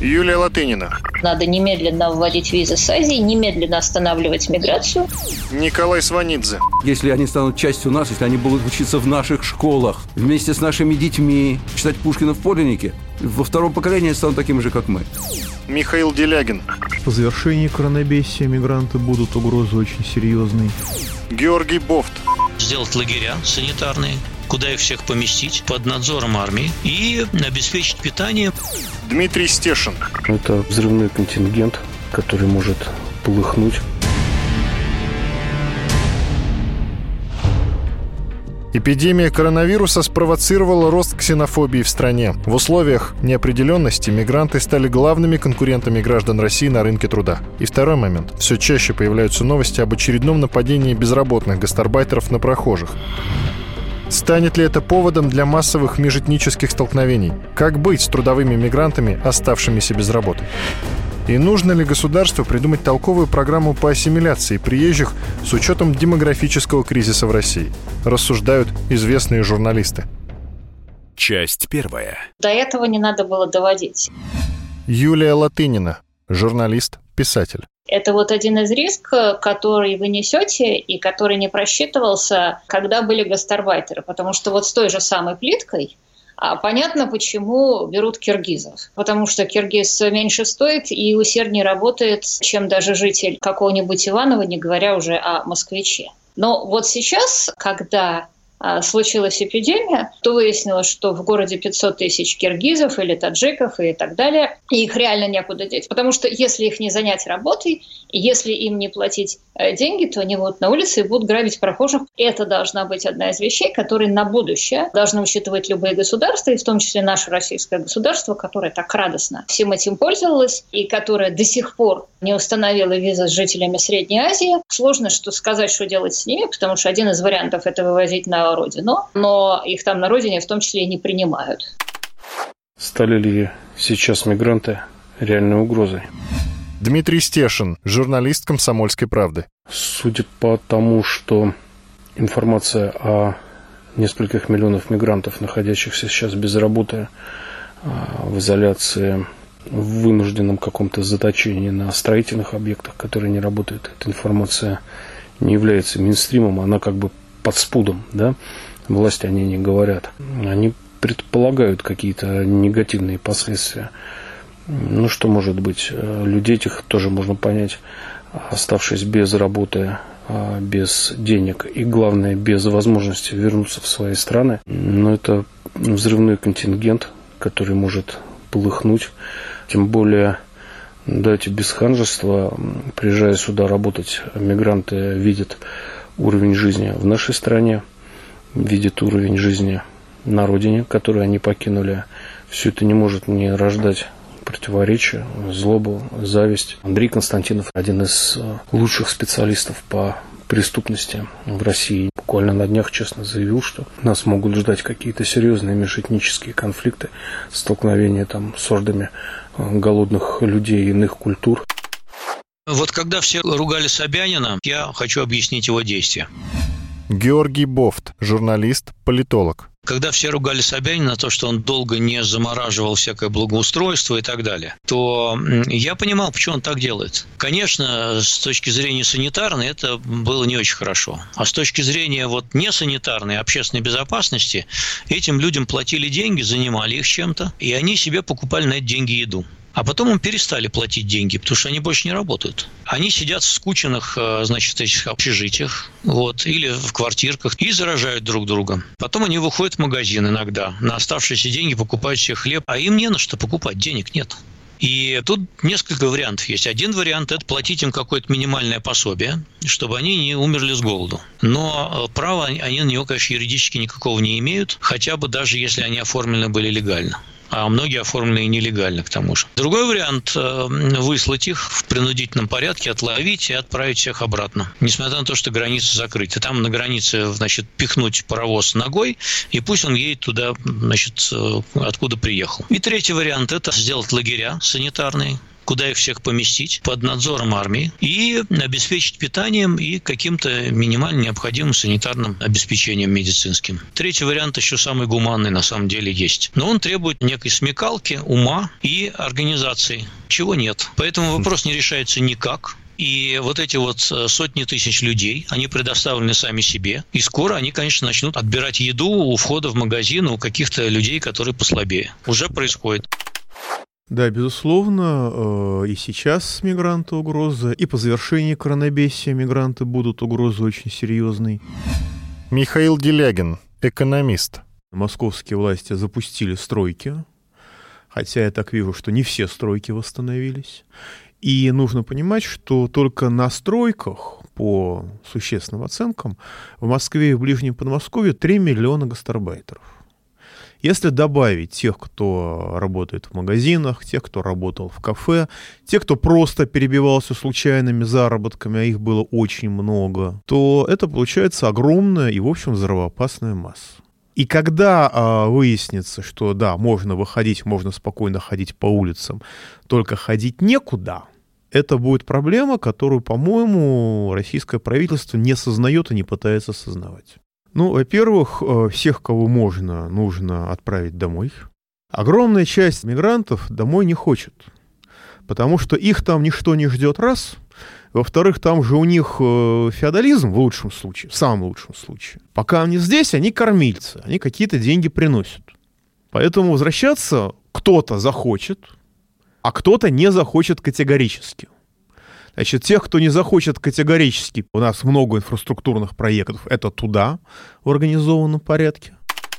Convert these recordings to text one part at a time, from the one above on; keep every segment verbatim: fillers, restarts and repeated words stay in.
Юлия Латынина. Надо немедленно вводить визы с Азии, немедленно останавливать миграцию. Николай Сванидзе. Если они станут частью нас, если они будут учиться в наших школах, вместе с нашими детьми, читать Пушкина в подлиннике, во втором поколении станут такими же, как мы. Михаил Делягин. По завершении коронабесия мигранты будут угрозы очень серьезные. Георгий Бофт. Сделать лагеря санитарные, куда их всех поместить, под надзором армии и обеспечить питание. Дмитрий Стешин. Это взрывной контингент, который может полыхнуть. Эпидемия коронавируса спровоцировала рост ксенофобии в стране. В условиях неопределенности мигранты стали главными конкурентами граждан России на рынке труда. И второй момент. Все чаще появляются новости об очередном нападении безработных гастарбайтеров на прохожих. Станет ли это поводом для массовых межэтнических столкновений? Как быть с трудовыми мигрантами, оставшимися без работы? И нужно ли государству придумать толковую программу по ассимиляции приезжих с учетом демографического кризиса в России? Рассуждают известные журналисты. Часть первая. До этого не надо было доводить. Юлия Латынина, журналист, писатель. Это вот один из рисков, который вы несете и который не просчитывался, когда были гастарбайтеры. Потому что вот с той же самой плиткой А понятно, почему берут киргизов. Потому что киргиз меньше стоит и усерднее работает, чем даже житель какого-нибудь Иванова, не говоря уже о москвиче. Но вот сейчас, когда случилась эпидемия, то выяснилось, что в городе пятьсот тысяч киргизов или таджиков и так далее, и их реально некуда деть. Потому что если их не занять работой, если им не платить деньги, то они будут на улице и будут грабить прохожих. Это должна быть одна из вещей, которые на будущее должны учитывать любые государства, и в том числе наше российское государство, которое так радостно всем этим пользовалось и которое до сих пор не установило визы с жителями Средней Азии. Сложно что сказать, что делать с ними, потому что один из вариантов – это вывозить на родину, но их там на родине в том числе и не принимают. Стали ли сейчас мигранты реальной угрозой? Дмитрий Стешин, журналист «Комсомольской правды». Судя по тому, что информация о нескольких миллионах мигрантов, находящихся сейчас без работы, в изоляции, в вынужденном каком-то заточении на строительных объектах, которые не работают, эта информация не является мейнстримом, она как бы под спудом, да, власти они не говорят. Они предполагают какие-то негативные последствия. Ну, что может быть? Людей этих тоже можно понять, оставшись без работы, без денег и, главное, без возможности вернуться в свои страны. Но это взрывной контингент, который может полыхнуть. Тем более, давайте без ханжества, приезжая сюда работать, мигранты видят уровень жизни в нашей стране, видят уровень жизни на родине, который они покинули. Все это не может не рождать противоречия, злобу, зависть. Андрей Константинов, один из лучших специалистов по преступности в России, буквально на днях честно заявил, что нас могут ждать какие-то серьезные межэтнические конфликты, столкновения там с ордами голодных людей иных культур. Вот когда все ругали Собянина, я хочу объяснить его действия. Георгий Бофт, журналист, политолог. Когда все ругали Собянина на то, что он долго не замораживал всякое благоустройство и так далее, то я понимал, почему он так делает. Конечно, с точки зрения санитарной это было не очень хорошо. А с точки зрения вот не санитарной, общественной безопасности, этим людям платили деньги, занимали их чем-то, и они себе покупали на эти деньги еду. А потом им перестали платить деньги, потому что они больше не работают. Они сидят в скученных, значит, этих общежитиях, вот, или в квартирках и заражают друг друга. Потом они выходят в магазин иногда, на оставшиеся деньги покупают себе хлеб, а им не на что покупать, денег нет. И тут несколько вариантов есть. Один вариант – это платить им какое-то минимальное пособие, чтобы они не умерли с голоду. Но права они на него, конечно, юридически никакого не имеют, хотя бы даже если они оформлены были легально. А многие оформлены и нелегально, к тому же. Другой вариант – выслать их в принудительном порядке, отловить и отправить всех обратно. Несмотря на то, что границы закрыты. Там на границе, значит, пихнуть паровоз ногой, и пусть он едет туда, значит, откуда приехал. И третий вариант – это сделать лагеря санитарные, куда их всех поместить под надзором армии и обеспечить питанием и каким-то минимально необходимым санитарным обеспечением медицинским. Третий вариант еще самый гуманный на самом деле есть. Но он требует некой смекалки, ума и организации, чего нет. Поэтому вопрос не решается никак. И вот эти вот сотни тысяч людей, они предоставлены сами себе. И скоро они, конечно, начнут отбирать еду у входа в магазин у каких-то людей, которые послабее. Уже происходит. Да, безусловно, и сейчас мигранты угроза, и по завершении коронабесия мигранты будут угрозы очень серьезной. Михаил Делягин, экономист. Московские власти запустили стройки, хотя я так вижу, что не все стройки восстановились. И нужно понимать, что только на стройках, по существенным оценкам, в Москве и в Ближнем Подмосковье три миллиона гастарбайтеров. Если добавить тех, кто работает в магазинах, тех, кто работал в кафе, тех, кто просто перебивался случайными заработками, а их было очень много, то это получается огромная и, в общем, взрывоопасная масса. И когда а, выяснится, что да, можно выходить, можно спокойно ходить по улицам, только ходить некуда, это будет проблема, которую, по-моему, российское правительство не сознает и не пытается осознавать. Ну, во-первых, всех, кого можно, нужно отправить домой. Огромная часть мигрантов домой не хочет, потому что их там ничто не ждет, раз. Во-вторых, там же у них феодализм в лучшем случае, в самом лучшем случае. Пока они здесь, они кормильцы, они какие-то деньги приносят. Поэтому возвращаться кто-то захочет, а кто-то не захочет категорически. Значит, тех, кто не захочет категорически, у нас много инфраструктурных проектов, это туда, в организованном порядке.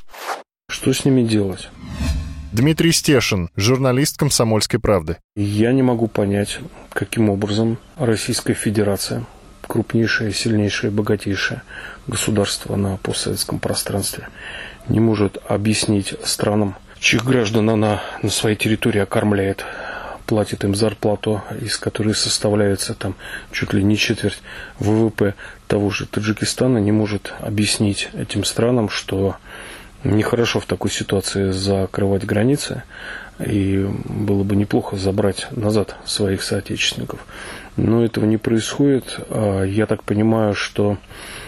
Что с ними делать? Дмитрий Стешин, журналист «Комсомольской правды». Я не могу понять, каким образом Российская Федерация, крупнейшее, сильнейшее, богатейшее государство на постсоветском пространстве, не может объяснить странам, чьих граждан она на своей территории окормляет, платит им зарплату, из которой составляется там чуть ли не четверть ВВП того же Таджикистана, не может объяснить этим странам, что нехорошо в такой ситуации закрывать границы, и было бы неплохо забрать назад своих соотечественников. Но этого не происходит. Я так понимаю, что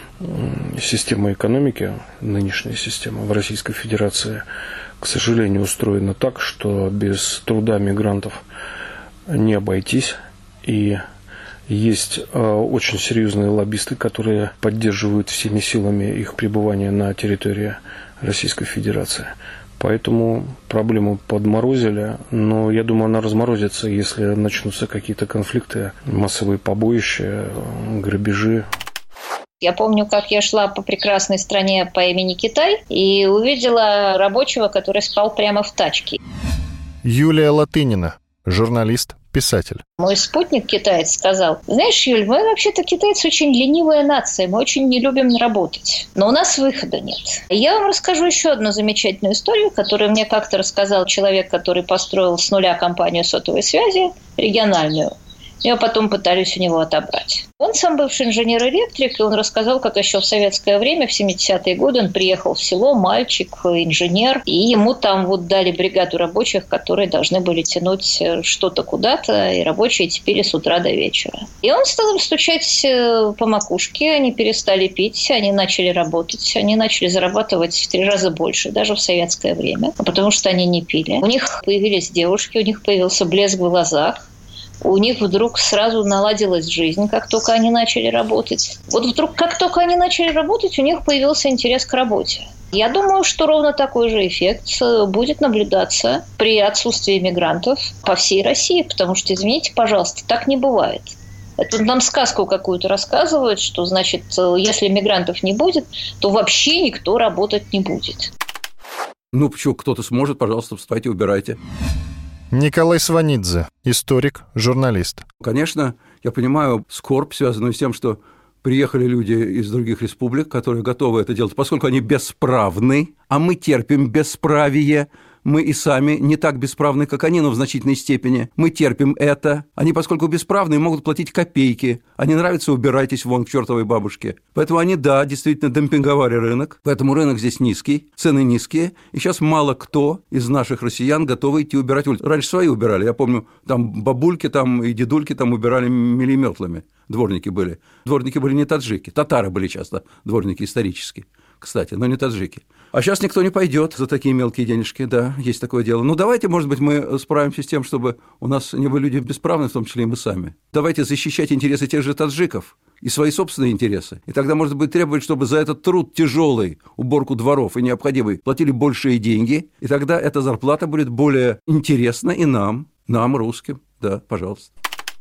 система экономики, нынешняя система в Российской Федерации, к сожалению, устроена так, что без труда мигрантов не обойтись. И есть очень серьезные лоббисты, которые поддерживают всеми силами их пребывание на территории Российской Федерации. Поэтому проблему подморозили, но я думаю, она разморозится, если начнутся какие-то конфликты, массовые побоища, грабежи. Я помню, как я шла по прекрасной стране по имени Китай и увидела рабочего, который спал прямо в тачке. Юлия Латынина, журналист, писатель. Мой спутник, китаец, сказал: знаешь, Юль, мы вообще-то китайцы очень ленивая нация, мы очень не любим работать, но у нас выхода нет. Я вам расскажу еще одну замечательную историю, которую мне как-то рассказал человек, который построил с нуля компанию сотовой связи, региональную. Я потом пытались у него отобрать. Он сам бывший инженер-электрик, и он рассказал, как еще в советское время, в семидесятые годы, он приехал в село, мальчик, инженер, и ему там вот дали бригаду рабочих, которые должны были тянуть что-то куда-то, и рабочие терпели с утра до вечера. И он стал им стучать по макушке, они перестали пить, они начали работать, они начали зарабатывать в три раза больше, даже в советское время, потому что они не пили. У них появились девушки, у них появился блеск в глазах, у них вдруг сразу наладилась жизнь, как только они начали работать. Вот вдруг, как только они начали работать, у них появился интерес к работе. Я думаю, что ровно такой же эффект будет наблюдаться при отсутствии мигрантов по всей России, потому что, извините, пожалуйста, так не бывает. Это нам сказку какую-то рассказывают, что, значит, если мигрантов не будет, то вообще никто работать не будет. Ну, почему? Кто-то сможет, пожалуйста, вставайте, убирайте. Николай Сванидзе, историк, журналист. Конечно, я понимаю скорбь, связанную с тем, что приехали люди из других республик, которые готовы это делать, поскольку они бесправны, а мы терпим бесправие Мы и сами не так бесправны, как они, но в значительной степени. Мы терпим это. Они, поскольку бесправны, могут платить копейки. Они нравятся, убирайтесь вон к чертовой бабушке. Поэтому они, да, действительно демпинговали рынок. Поэтому рынок здесь низкий, цены низкие. И сейчас мало кто из наших россиян готовы идти убирать улицу. Раньше свои убирали. Я помню, там бабульки там и дедульки там убирали мелиметлами. Дворники были. Дворники были не таджики. Татары были часто дворники исторические, кстати, но не таджики. А сейчас никто не пойдет за такие мелкие денежки, да, есть такое дело. Ну, давайте, может быть, мы справимся с тем, чтобы у нас не были люди бесправны, в том числе и мы сами. Давайте защищать интересы тех же таджиков и свои собственные интересы. И тогда, может быть, требовать, чтобы за этот труд тяжелый, уборку дворов и необходимый, платили большие деньги, и тогда эта зарплата будет более интересна и нам, нам, русским. Да, пожалуйста.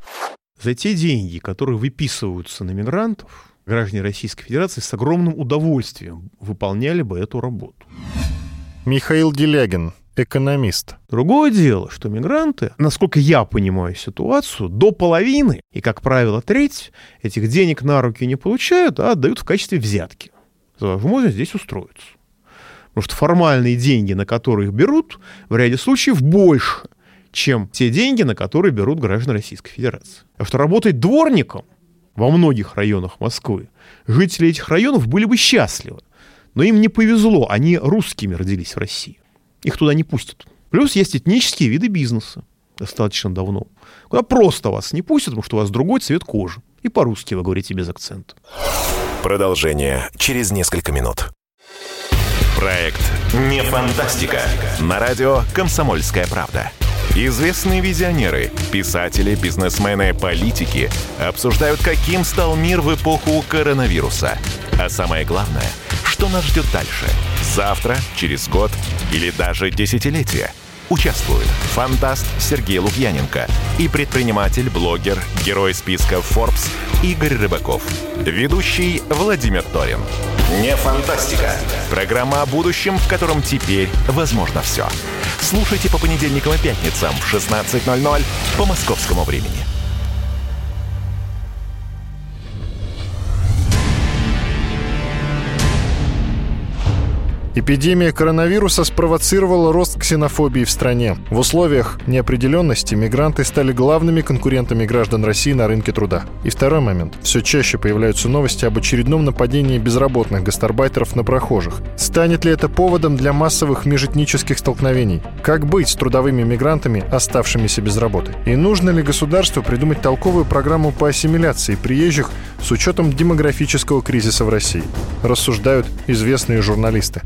За те деньги, которые выписываются на мигрантов, граждане Российской Федерации с огромным удовольствием выполняли бы эту работу. Михаил Делягин, экономист. Другое дело, что мигранты, насколько я понимаю ситуацию, до половины, и, как правило, треть, этих денег на руки не получают, а отдают в качестве взятки за возможность здесь устроиться. Потому что формальные деньги, на которые их берут, в ряде случаев больше, чем те деньги, на которые берут граждане Российской Федерации. А что работать дворником во многих районах Москвы, жители этих районов были бы счастливы. Но им не повезло, они русскими родились в России. Их туда не пустят. Плюс есть этнические виды бизнеса, достаточно давно, куда просто вас не пустят, потому что у вас другой цвет кожи. И по-русски вы говорите без акцента. Продолжение через несколько минут. Проект «Не фантастика» на радио «Комсомольская правда». Известные визионеры, писатели, бизнесмены, политики обсуждают, каким стал мир в эпоху коронавируса. А самое главное, что нас ждет дальше? Завтра, через год или даже десятилетие? Участвуют фантаст Сергей Лукьяненко и предприниматель, блогер, герой списка Forbes Игорь Рыбаков. Ведущий Владимир Торин. Не фантастика. Программа о будущем, в котором теперь возможно все. Слушайте по понедельникам и пятницам в шестнадцать ноль ноль по московскому времени. Эпидемия коронавируса спровоцировала рост ксенофобии в стране. В условиях неопределенности мигранты стали главными конкурентами граждан России на рынке труда. И второй момент. Все чаще появляются новости об очередном нападении безработных гастарбайтеров на прохожих. Станет ли это поводом для массовых межэтнических столкновений? Как быть с трудовыми мигрантами, оставшимися без работы? И нужно ли государству придумать толковую программу по ассимиляции приезжих с учетом демографического кризиса в России? Рассуждают известные журналисты.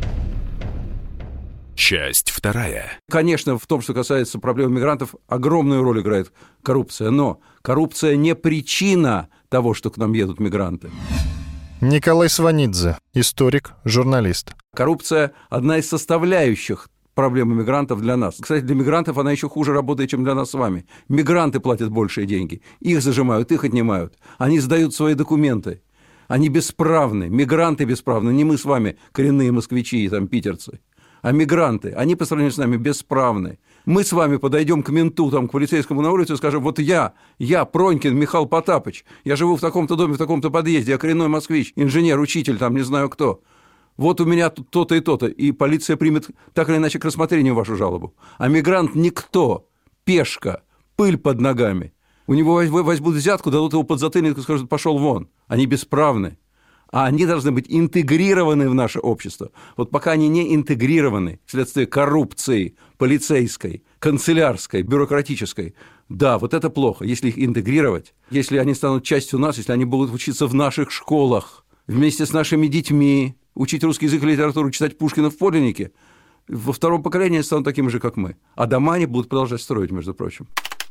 Часть вторая. Конечно, в том, что касается проблем мигрантов, огромную роль играет коррупция. Но коррупция не причина того, что к нам едут мигранты. Николай Сванидзе, историк, журналист. Коррупция – одна из составляющих проблемы мигрантов для нас. Кстати, для мигрантов она еще хуже работает, чем для нас с вами. Мигранты платят большие деньги. Их зажимают, их отнимают. Они сдают свои документы. Они бесправны. Мигранты бесправны. Не мы с вами, коренные москвичи и там питерцы. А мигранты, они по сравнению с нами бесправны. Мы с вами подойдем к менту, там, к полицейскому на улицу и скажем: вот я, я, Пронькин Михаил Потапыч, я живу в таком-то доме, в таком-то подъезде, я коренной москвич, инженер, учитель, там, не знаю кто. Вот у меня тут то-то и то-то, и полиция примет так или иначе к рассмотрению вашу жалобу. А мигрант никто, пешка, пыль под ногами. У него возьмут взятку, дадут его подзатыльник и скажут: пошел вон. Они бесправны. А они должны быть интегрированы в наше общество. Вот пока они не интегрированы вследствие коррупции полицейской, канцелярской, бюрократической, да, вот это плохо. Если их интегрировать, если они станут частью нас, если они будут учиться в наших школах, вместе с нашими детьми, учить русский язык и литературу, читать Пушкина в подлиннике, во втором поколении они станут такими же, как мы. А дома они будут продолжать строить, между прочим.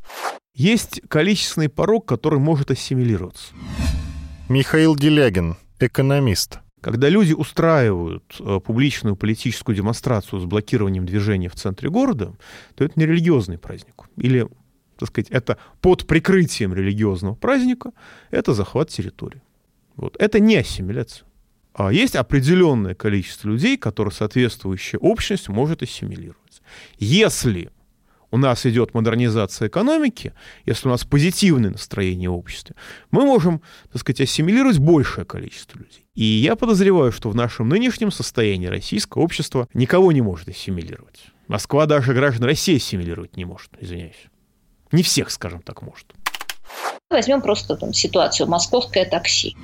Есть количественный порог, который может ассимилироваться. Михаил Делягин, экономист. Когда люди устраивают публичную политическую демонстрацию с блокированием движения в центре города, то это не религиозный праздник. Или, так сказать, это под прикрытием религиозного праздника, это захват территории. Вот. Это не ассимиляция. А есть определенное количество людей, которые соответствующая общность может ассимилировать. Если у нас идет модернизация экономики, если у нас позитивное настроение в обществе, мы можем, так сказать, ассимилировать большее количество людей. И я подозреваю, что в нашем нынешнем состоянии российское общество никого не может ассимилировать. Москва даже граждан России ассимилировать не может, извиняюсь. Не всех, скажем так, может. Возьмем просто там ситуацию «Московское такси».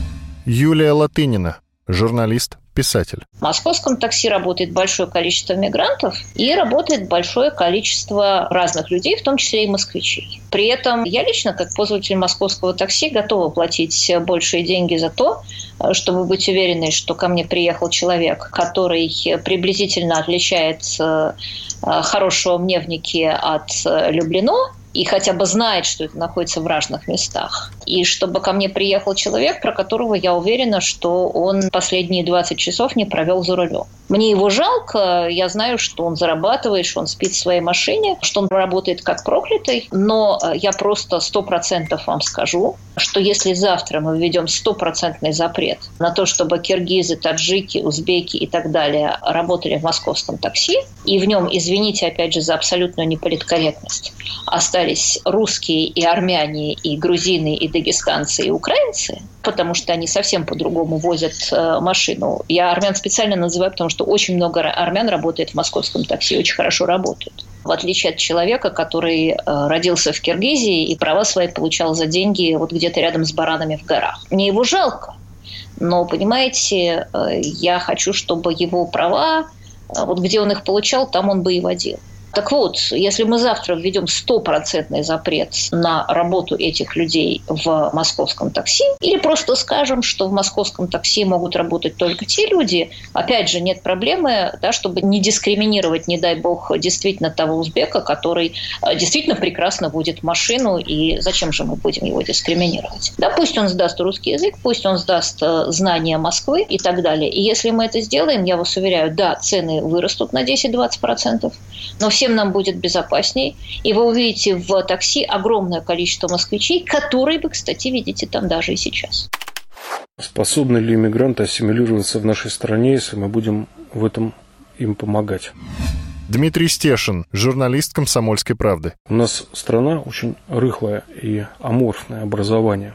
Юлия Латынина, журналист, писатель. В московском такси работает большое количество мигрантов и работает большое количество разных людей, в том числе и москвичей. При этом я лично, как пользователь московского такси, готова платить большие деньги за то, чтобы быть уверенной, что ко мне приехал человек, который приблизительно отличается хорошего мневники от Люблино, и хотя бы знает, что это находится в разных местах. И чтобы ко мне приехал человек, про которого я уверена, что он последние двадцать часов не провел за рулем. Мне его жалко, я знаю, что он зарабатывает, что он спит в своей машине, что он работает как проклятый, но я просто сто процентов вам скажу, что если завтра мы введем стопроцентный запрет на то, чтобы киргизы, таджики, узбеки и так далее работали в московском такси, и в нем, извините, опять же, за абсолютную неполиткорректность, остались русские и армяне, и грузины, и дагестанцы, и украинцы, потому что они совсем по-другому возят э, машину. Я армян специально называю, потому что очень много армян работает в московском такси, очень хорошо работают. В отличие от человека, который э, родился в Киргизии и права свои получал за деньги вот где-то рядом с баранами в горах. Мне его жалко, но, понимаете, э, я хочу, чтобы его права, э, вот где он их получал, там он бы и водил. Так вот, если мы завтра введем стопроцентный запрет на работу этих людей в московском такси, или просто скажем, что в московском такси могут работать только те люди, опять же, нет проблемы, да, чтобы не дискриминировать, не дай бог, действительно того узбека, который действительно прекрасно водит машину, и зачем же мы будем его дискриминировать? Да, пусть он сдаст русский язык, пусть он сдаст знания Москвы и так далее. И если мы это сделаем, я вас уверяю, да, цены вырастут на десять-двадцать процентов, но всем нам будет безопасней, и вы увидите в такси огромное количество москвичей, которые вы, кстати, видите там даже и сейчас. Способны ли иммигранты ассимилироваться в нашей стране, если мы будем в этом им помогать? Дмитрий Стешин, журналист «Комсомольской правды». У нас страна очень рыхлое и аморфное образование.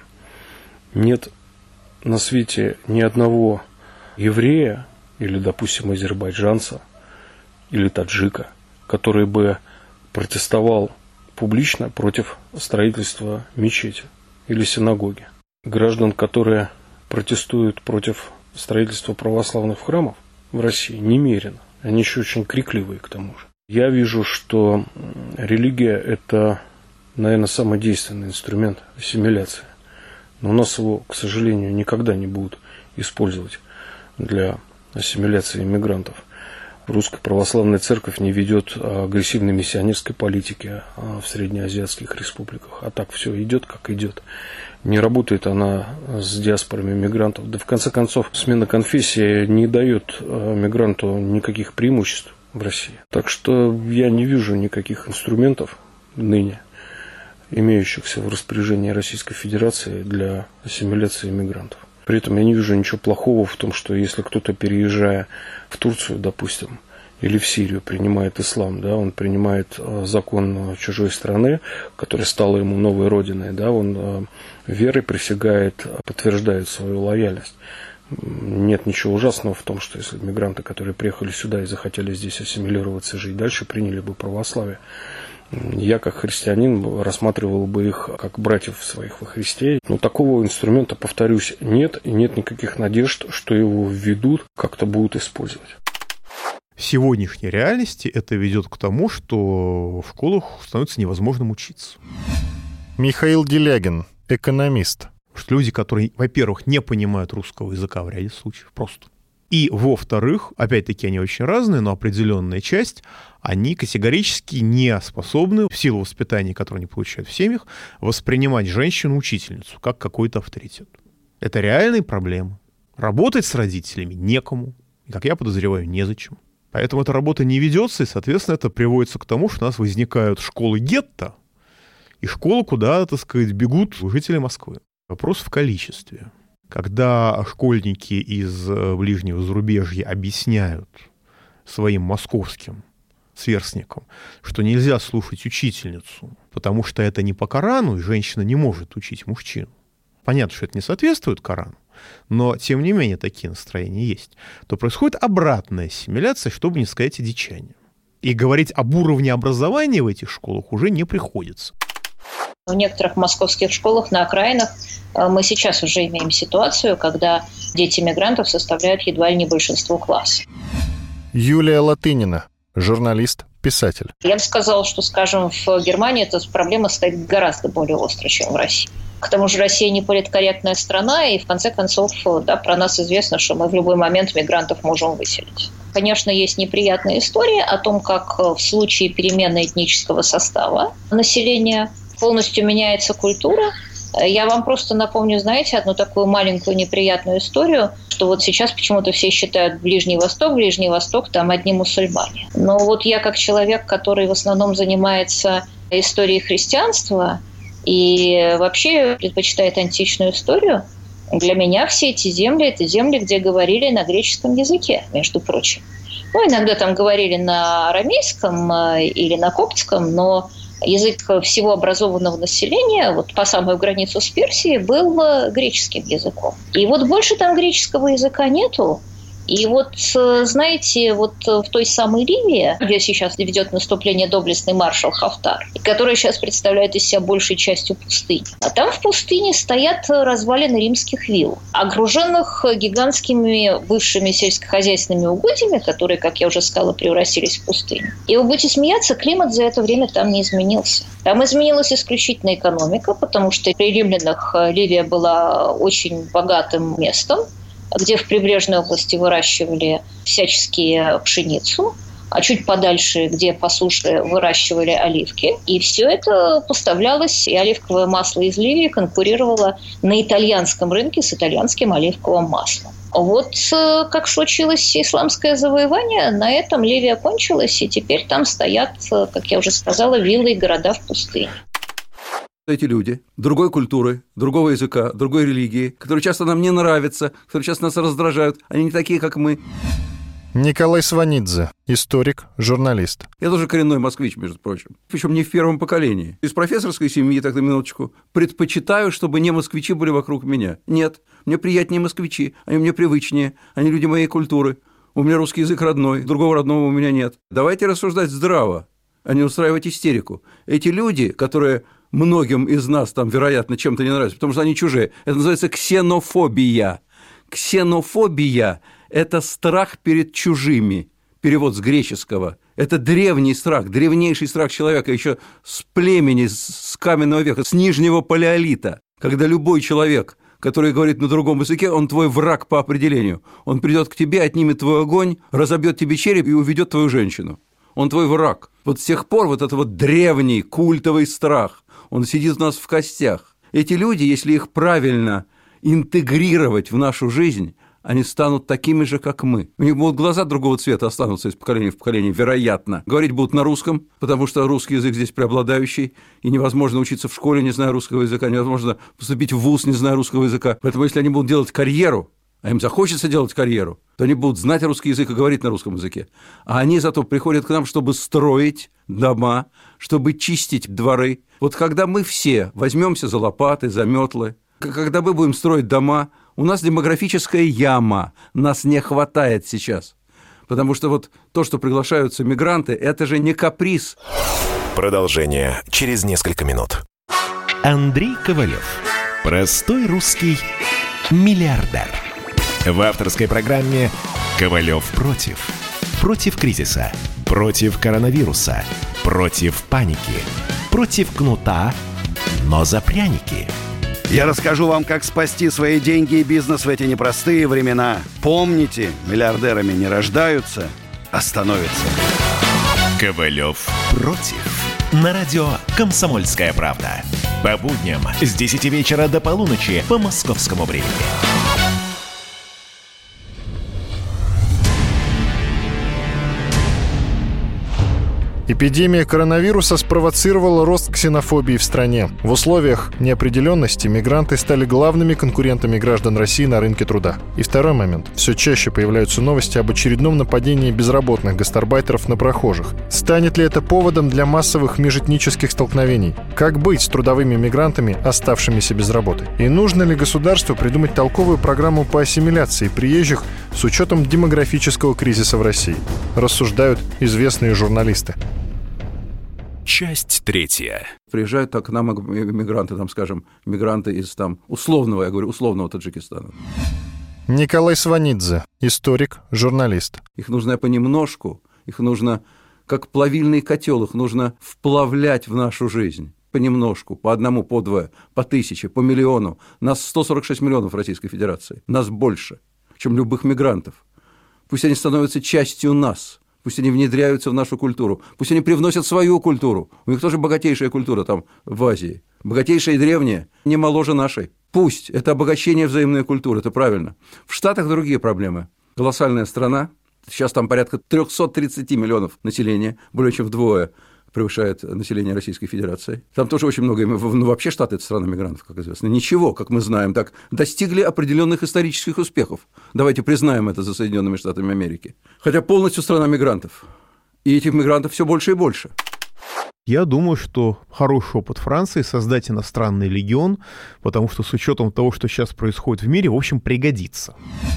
Нет на свете ни одного еврея или, допустим, азербайджанца или таджика, который бы протестовал публично против строительства мечети или синагоги. Граждан, которые протестуют против строительства православных храмов в России, немерено. Они еще очень крикливые к тому же. Я вижу, что религия – это, наверное, самый действенный инструмент ассимиляции. Но у нас его, к сожалению, никогда не будут использовать для ассимиляции иммигрантов. Русская православная церковь не ведет агрессивной миссионерской политики в среднеазиатских республиках. А так все идет, как идет. Не работает она с диаспорами мигрантов. Да в конце концов, смена конфессии не дает мигранту никаких преимуществ в России. Так что я не вижу никаких инструментов ныне, имеющихся в распоряжении Российской Федерации для ассимиляции мигрантов. При этом я не вижу ничего плохого в том, что если кто-то, переезжая в Турцию, допустим, или в Сирию, принимает ислам, да, он принимает закон чужой страны, которая стала ему новой родиной, да, он верой присягает, подтверждает свою лояльность. Нет ничего ужасного в том, что если мигранты, которые приехали сюда и захотели здесь ассимилироваться и жить дальше, приняли бы православие. Я, как христианин, рассматривал бы их как братьев своих во Христе. Но такого инструмента, повторюсь, нет. И нет никаких надежд, что его введут, как-то будут использовать. В сегодняшней реальности это ведет к тому, что в школах становится невозможным учиться. Михаил Делягин, экономист. Что люди, которые, во-первых, не понимают русского языка в ряде случаев просто. И, во-вторых, опять-таки они очень разные, но определенная часть, они категорически не способны, в силу воспитания, которое они получают в семьях, воспринимать женщину-учительницу как какой-то авторитет. Это реальные проблемы. Работать с родителями некому. И, как я подозреваю, незачем. Поэтому эта работа не ведется, и, соответственно, это приводится к тому, что у нас возникают школы гетто и школы, куда, так сказать, бегут жители Москвы. Вопрос в количестве. Когда школьники из ближнего зарубежья объясняют своим московским сверстникам, что нельзя слушать учительницу, потому что это не по Корану, и женщина не может учить мужчину. Понятно, что это не соответствует Корану, но, тем не менее, такие настроения есть. То происходит обратная ассимиляция, чтобы не сказать одичание. И говорить об уровне образования в этих школах уже не приходится. В некоторых московских школах на окраинах мы сейчас уже имеем ситуацию, когда дети мигрантов составляют едва ли не большинство класса. Юлия Латынина, журналист, писатель. Я бы сказала, что, скажем, в Германии эта проблема стоит гораздо более остро, чем в России. К тому же Россия не политкорректная страна, и в конце концов, да, про нас известно, что мы в любой момент мигрантов можем выселить. Конечно, есть неприятная история о том, как в случае перемены этнического состава населения полностью меняется культура. Я вам просто напомню, знаете, одну такую маленькую неприятную историю, что вот сейчас почему-то все считают Ближний Восток, Ближний Восток, там одни мусульмане. Но вот я как человек, который в основном занимается историей христианства и вообще предпочитает античную историю, для меня все эти земли – это земли, где говорили на греческом языке, между прочим. Ну, иногда там говорили на арамейском или на коптском, но язык всего образованного населения, вот по самую границу с Персией, был греческим языком. И вот больше там греческого языка нету. И вот, знаете, вот в той самой Ливии, где сейчас ведет наступление доблестный маршал Хафтар, который сейчас представляет из себя большей частью пустынь, а там в пустыне стоят развалины римских вилл, окруженных гигантскими бывшими сельскохозяйственными угодьями, которые, как я уже сказала, превратились в пустыню. И вы будете смеяться, климат за это время там не изменился. Там изменилась исключительно экономика, потому что при римлянах Ливия была очень богатым местом, где в прибрежной области выращивали всяческие пшеницу, а чуть подальше, где по суше выращивали оливки. И все это поставлялось, и оливковое масло из Ливии конкурировало на итальянском рынке с итальянским оливковым маслом. Вот как случилось исламское завоевание, на этом Ливия кончилась, и теперь там стоят, как я уже сказала, виллы и города в пустыне. Эти люди другой культуры, другого языка, другой религии, которые часто нам не нравятся, которые часто нас раздражают, они не такие, как мы. Николай Сванидзе, историк, журналист. Я тоже коренной москвич, между прочим. Причем не в первом поколении. Из профессорской семьи, так на минуточку, предпочитаю, чтобы не москвичи были вокруг меня. Нет, мне приятнее москвичи, они мне привычнее, они люди моей культуры. У меня русский язык родной, другого родного у меня нет. Давайте рассуждать здраво, а не устраивать истерику. Эти люди, которые многим из нас там, вероятно, чем-то не нравятся, потому что они чужие, это называется ксенофобия. Ксенофобия – это страх перед чужими. Перевод с греческого. Это древний страх, древнейший страх человека, еще с племени, с каменного века, с нижнего палеолита, когда любой человек, который говорит на другом языке, он твой враг по определению. Он придет к тебе, отнимет твой огонь, разобьет тебе череп и уведет твою женщину. Он твой враг. Вот с тех пор вот этот вот древний культовый страх, он сидит у нас в костях. Эти люди, если их правильно интегрировать в нашу жизнь, они станут такими же, как мы. У них будут глаза другого цвета, останутся из поколения в поколение, вероятно. Говорить будут на русском, потому что русский язык здесь преобладающий, и невозможно учиться в школе, не зная русского языка, невозможно поступить в вуз, не зная русского языка. Поэтому если они будут делать карьеру, а им захочется делать карьеру, то они будут знать русский язык и говорить на русском языке. А они зато приходят к нам, чтобы строить дома, чтобы чистить дворы. Вот когда мы все возьмемся за лопаты, за метлы, когда мы будем строить дома, у нас демографическая яма, нас не хватает сейчас. Потому что вот то, что приглашаются мигранты, это же не каприз. Продолжение через несколько минут. Андрей Ковалев. Простой русский миллиардер. В авторской программе «Ковалев против». Против кризиса, против коронавируса, против паники, против кнута, но за пряники. Я расскажу вам, как спасти свои деньги и бизнес в эти непростые времена. Помните, миллиардерами не рождаются, а становятся. Ковалев против. На радио «Комсомольская правда». По будням с десяти вечера до полуночи по московскому времени. Эпидемия коронавируса спровоцировала рост ксенофобии в стране. В условиях неопределенности мигранты стали главными конкурентами граждан России на рынке труда. И второй момент. Все чаще появляются новости об очередном нападении безработных гастарбайтеров на прохожих. Станет ли это поводом для массовых межэтнических столкновений? Как быть с трудовыми мигрантами, оставшимися без работы? И нужно ли государству придумать толковую программу по ассимиляции приезжих с учетом демографического кризиса в России? Рассуждают известные журналисты. Часть третья. Приезжают так к нам мигранты, там, скажем, мигранты из там условного, я говорю, условного Таджикистана. Николай Сванидзе, историк, журналист. Их нужно понемножку, их нужно, как плавильный котел, их нужно вплавлять в нашу жизнь. Понемножку, по одному, по двое, по тысяче, по миллиону. Нас сто сорок шесть миллионов в Российской Федерации. Нас больше, чем любых мигрантов. Пусть они становятся частью нас. Пусть они внедряются в нашу культуру. Пусть они привносят свою культуру. У них тоже богатейшая культура там в Азии. Богатейшая и древняя, не моложе нашей. Пусть. Это обогащение взаимной культуры, это правильно. В Штатах другие проблемы. Колоссальная страна. Сейчас там порядка триста тридцать миллионов населения, более чем вдвое превышает население Российской Федерации. Там тоже очень много, ну, вообще Штаты – это страна мигрантов, как известно. Ничего, как мы знаем, так достигли определенных исторических успехов. Давайте признаем это за Соединенными Штатами Америки. Хотя полностью страна мигрантов. И этих мигрантов все больше и больше. Я думаю, что хороший опыт Франции — создать иностранный легион, потому что с учетом того, что сейчас происходит в мире, в общем, пригодится.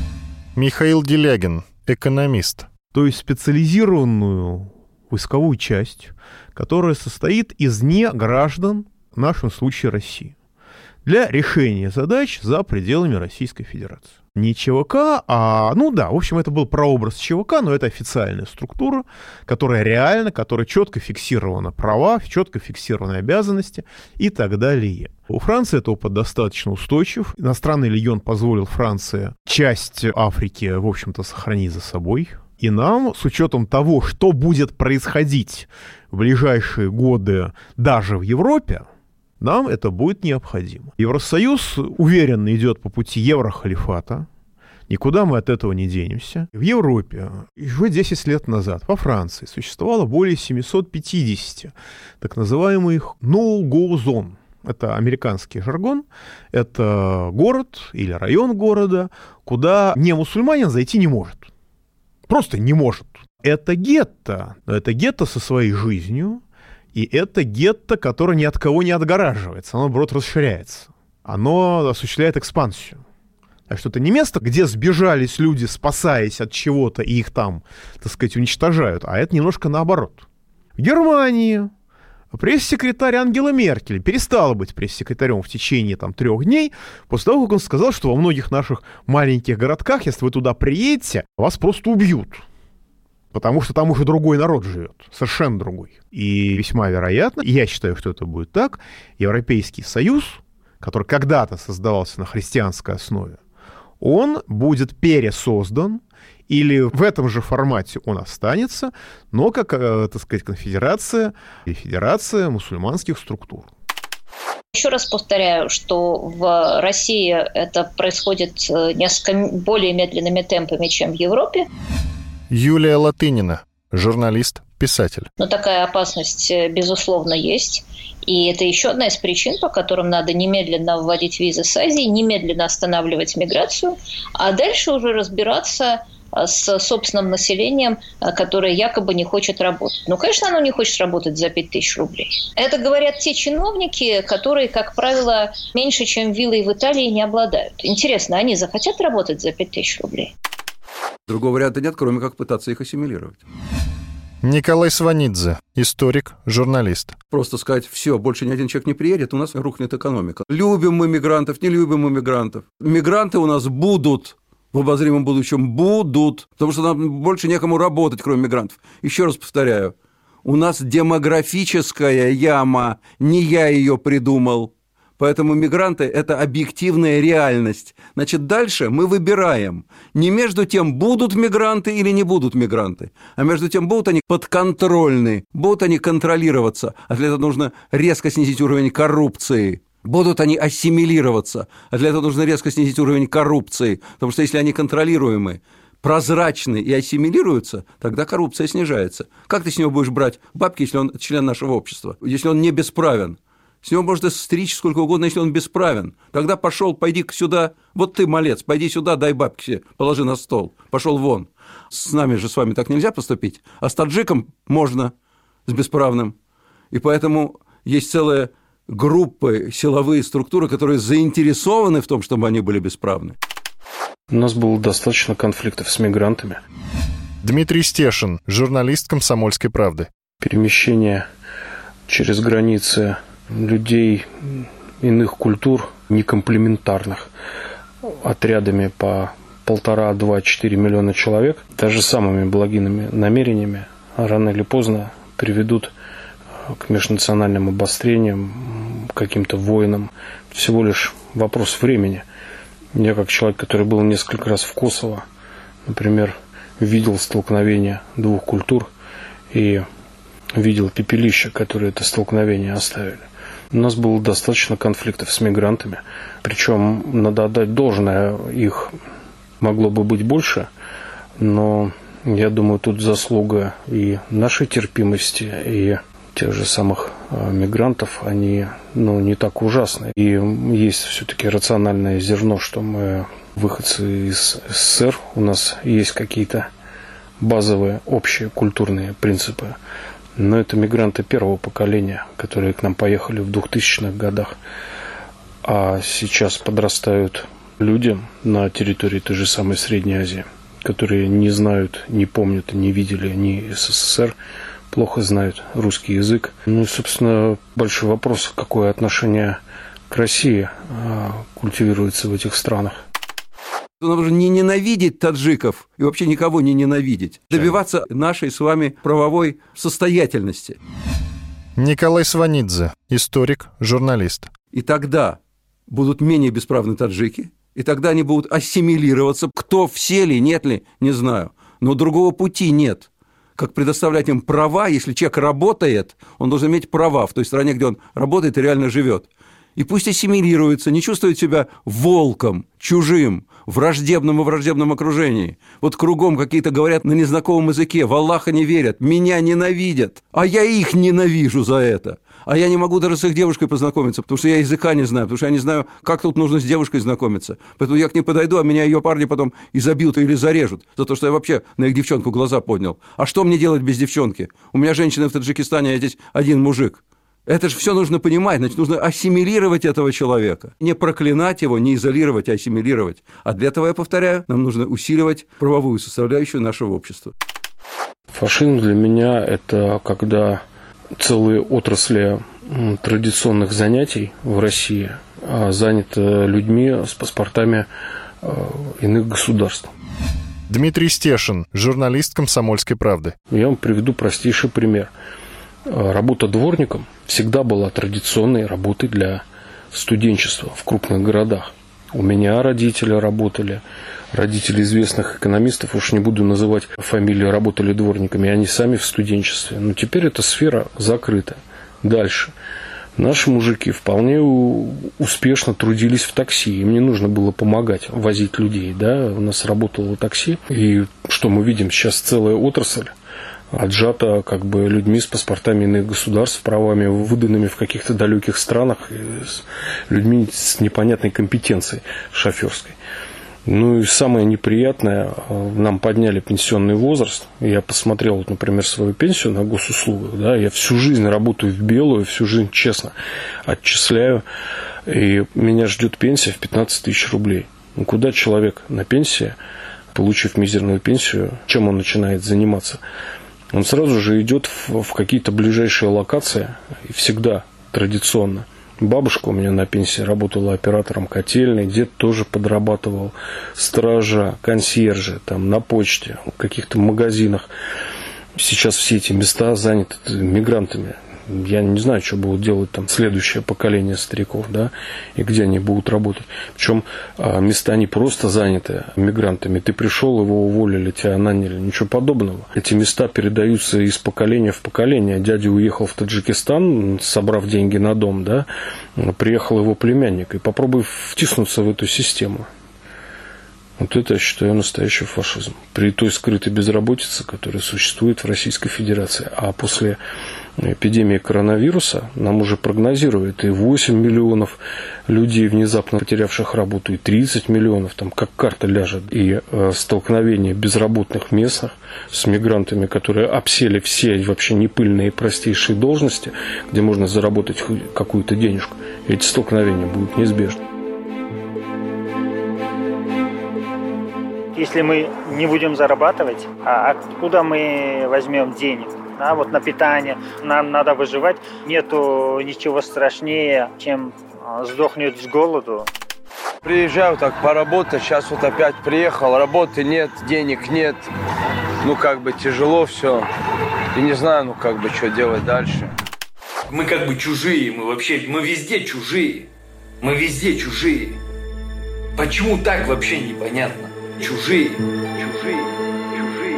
Михаил Делягин, экономист. То есть специализированную войсковую часть, которая состоит из неграждан, в нашем случае России, для решения задач за пределами Российской Федерации. Не ЧВК, а, ну да, в общем, это был прообраз ЧВК, но это официальная структура, которая реально, которая четко фиксирована права, четко фиксированы обязанности и так далее. У Франции этот опыт достаточно устойчив. Иностранный легион позволил Франции часть Африки, в общем-то, сохранить за собой. И нам, с учетом того, что будет происходить в ближайшие годы даже в Европе, нам это будет необходимо. Евросоюз уверенно идет по пути еврохалифата. Никуда мы от этого не денемся. В Европе уже десять лет назад во Франции существовало более семьсот пятьдесят так называемых no-go zone. Это американский жаргон. Это город или район города, куда не мусульманин зайти не может. Просто не может. Это гетто. Но это гетто со своей жизнью. И это гетто, которое ни от кого не отгораживается. Оно, наоборот, расширяется. Оно осуществляет экспансию. Так что это не место, где сбежались люди, спасаясь от чего-то, и их там, так сказать, уничтожают. А это немножко наоборот. В Германии пресс-секретарь Ангела Меркель перестала быть пресс-секретарем в течение там, трех дней, после того, как он сказал, что во многих наших маленьких городках, если вы туда приедете, вас просто убьют. Потому что там уже другой народ живет, совершенно другой. И весьма вероятно, и я считаю, что это будет так, Европейский Союз, который когда-то создавался на христианской основе, он будет пересоздан, или в этом же формате он останется, но как, так сказать, конфедерация или федерация мусульманских структур. Еще раз повторяю, что в России это происходит несколько более медленными темпами, чем в Европе. Юлия Латынина, журналист, писатель. Но такая опасность, безусловно, есть. И это еще одна из причин, по которым надо немедленно вводить визы с Азии, немедленно останавливать миграцию, а дальше уже разбираться с собственным населением, которое якобы не хочет работать. Ну, конечно, оно не хочет работать за пять тысяч рублей. Это говорят те чиновники, которые, как правило, меньше, чем виллой в Италии, не обладают. Интересно, они захотят работать за пять тысяч рублей? Другого варианта нет, кроме как пытаться их ассимилировать. Николай Сванидзе, историк, журналист. Просто сказать, все, больше ни один человек не приедет, у нас рухнет экономика. Любим мы мигрантов, не любим мы мигрантов. Мигранты у нас будут, в обозримом будущем будут, потому что нам больше некому работать, кроме мигрантов. Еще раз повторяю, у нас демографическая яма, не я ее придумал. Поэтому мигранты – это объективная реальность. Значит, дальше мы выбираем не между тем, будут мигранты или не будут мигранты, а между тем, будут они подконтрольны, будут они контролироваться, а для этого нужно резко снизить уровень коррупции. Будут они ассимилироваться, а для этого нужно резко снизить уровень коррупции, потому что если они контролируемы, прозрачны и ассимилируются, тогда коррупция снижается. Как ты с него будешь брать бабки, если он член нашего общества, если он не бесправен? С него можно стричь сколько угодно, если он бесправен. Тогда пошел, пойди сюда, вот ты, малец, пойди сюда, дай бабки себе, положи на стол, пошел вон. С нами же с вами так нельзя поступить, а с таджиком можно, с бесправным. И поэтому есть целая группа, силовые структуры, которые заинтересованы в том, чтобы они были бесправны. У нас было достаточно конфликтов с мигрантами. Дмитрий Стешин, журналист «Комсомольской правды». Перемещение через границы людей иных культур, некомплементарных, отрядами по полтора, два, четыре миллиона человек, даже самыми благими намерениями, рано или поздно приведут к межнациональным обострениям, каким-то войнам. Всего лишь вопрос времени. Я, как человек, который был несколько раз в Косово, например, видел столкновение двух культур и видел пепелища, которые это столкновение оставили. У нас было достаточно конфликтов с мигрантами, причем, надо отдать должное, их могло бы быть больше, но я думаю, тут заслуга и нашей терпимости, и тех же самых мигрантов, они ну, не так ужасны. И есть все-таки рациональное зерно, что мы выходцы из СССР, у нас есть какие-то базовые общие культурные принципы. Но это мигранты первого поколения, которые к нам поехали в двухтысячных годах. А сейчас подрастают люди на территории той же самой Средней Азии, которые не знают, не помнят, не видели ни СССР, плохо знают русский язык. Ну и, собственно, большой вопрос, какое отношение к России культивируется в этих странах. Нужно не ненавидеть таджиков и вообще никого не ненавидеть. Добиваться нашей с вами правовой состоятельности. Николай Сванидзе, историк, журналист. И тогда будут менее бесправны таджики, и тогда они будут ассимилироваться. Кто все ли, нет ли, не знаю. Но другого пути нет. Как предоставлять им права, если человек работает, он должен иметь права в той стране, где он работает и реально живет. И пусть ассимилируется, не чувствует себя волком, чужим, враждебным и враждебном окружении. Вот кругом какие-то говорят на незнакомом языке, в Аллаха не верят, меня ненавидят, а я их ненавижу за это. А я не могу даже с их девушкой познакомиться, потому что я языка не знаю, потому что я не знаю, как тут нужно с девушкой знакомиться. Поэтому я к ней подойду, а меня ее парни потом и забьют, или зарежут, за то, что я вообще на их девчонку глаза поднял. А что мне делать без девчонки? У меня женщина в Таджикистане, а я здесь один мужик. Это же все нужно понимать, значит, нужно ассимилировать этого человека. Не проклинать его, не изолировать, а ассимилировать. А для этого, я повторяю, нам нужно усиливать правовую составляющую нашего общества. Фашизм для меня – это когда целые отрасли традиционных занятий в России заняты людьми с паспортами иных государств. Дмитрий Стешин, журналист «Комсомольской правды». Я вам приведу простейший пример. Работа дворником всегда была традиционной работой для студенчества в крупных городах. У меня родители работали, родители известных экономистов, уж не буду называть фамилии, работали дворниками, они сами в студенчестве. Но теперь эта сфера закрыта. Дальше. Наши мужики вполне успешно трудились в такси. Им не нужно было помогать возить людей. Да? У нас работало такси. И что мы видим? Сейчас целая отрасль отжата как бы людьми с паспортами иных государств, правами, выданными в каких-то далеких странах, с людьми с непонятной компетенцией шоферской. Ну и самое неприятное, нам подняли пенсионный возраст. Я посмотрел, вот, например, свою пенсию на госуслугах. Да, я всю жизнь работаю в белую, всю жизнь честно отчисляю. И меня ждет пенсия в пятнадцать тысяч рублей. Ну, куда человек на пенсии, получив мизерную пенсию, чем он начинает заниматься? Он сразу же идет в, в какие-то ближайшие локации, и всегда традиционно. Бабушка у меня на пенсии работала оператором котельной, дед тоже подрабатывал, стража, консьержи, там, на почте, в каких-то магазинах. Сейчас все эти места заняты мигрантами. Я не знаю, что будут делать там следующее поколение стариков, да, и где они будут работать. Причем места не просто заняты мигрантами. Ты пришел, его уволили, тебя наняли, ничего подобного. Эти места передаются из поколения в поколение. Дядя уехал в Таджикистан, собрав деньги на дом, да, приехал его племянник, и попробуй втиснуться в эту систему. Вот это, я считаю, настоящий фашизм. При той скрытой безработице, которая существует в Российской Федерации. А после эпидемии коронавируса нам уже прогнозируют и восемь миллионов людей, внезапно потерявших работу, и тридцать миллионов, там как карта ляжет. И э, столкновение безработных местных с мигрантами, которые обсели все вообще непыльные простейшие должности, где можно заработать какую-то денежку. Эти столкновения будут неизбежны. Если мы не будем зарабатывать, а откуда мы возьмем денег? А вот на питание нам надо выживать. Нету ничего страшнее, чем сдохнуть с голоду. Приезжаю так поработать, сейчас вот опять приехал, работы нет, денег нет. Ну как бы тяжело все. И не знаю, ну как бы что делать дальше. Мы как бы чужие, мы вообще, мы везде чужие. Мы везде чужие. Почему так, вообще непонятно. Чужие, чужие, чужие.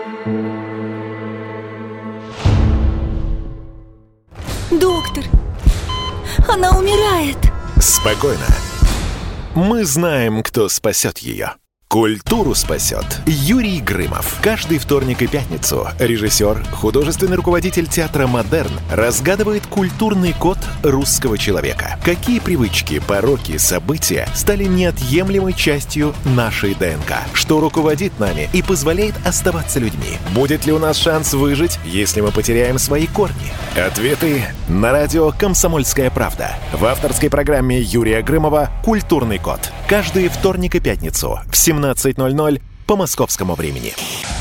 Доктор, она умирает. Спокойно. Мы знаем, кто спасет ее. Культуру спасет Юрий Грымов. Каждый вторник и пятницу режиссер, художественный руководитель театра «Модерн» разгадывает культурный код русского человека. Какие привычки, пороки, события стали неотъемлемой частью нашей ДНК? Что руководит нами и позволяет оставаться людьми? Будет ли у нас шанс выжить, если мы потеряем свои корни? Ответы на радио «Комсомольская правда». В авторской программе Юрия Грымова «Культурный код». Каждый вторник и пятницу в семнадцать ноль ноль по московскому времени.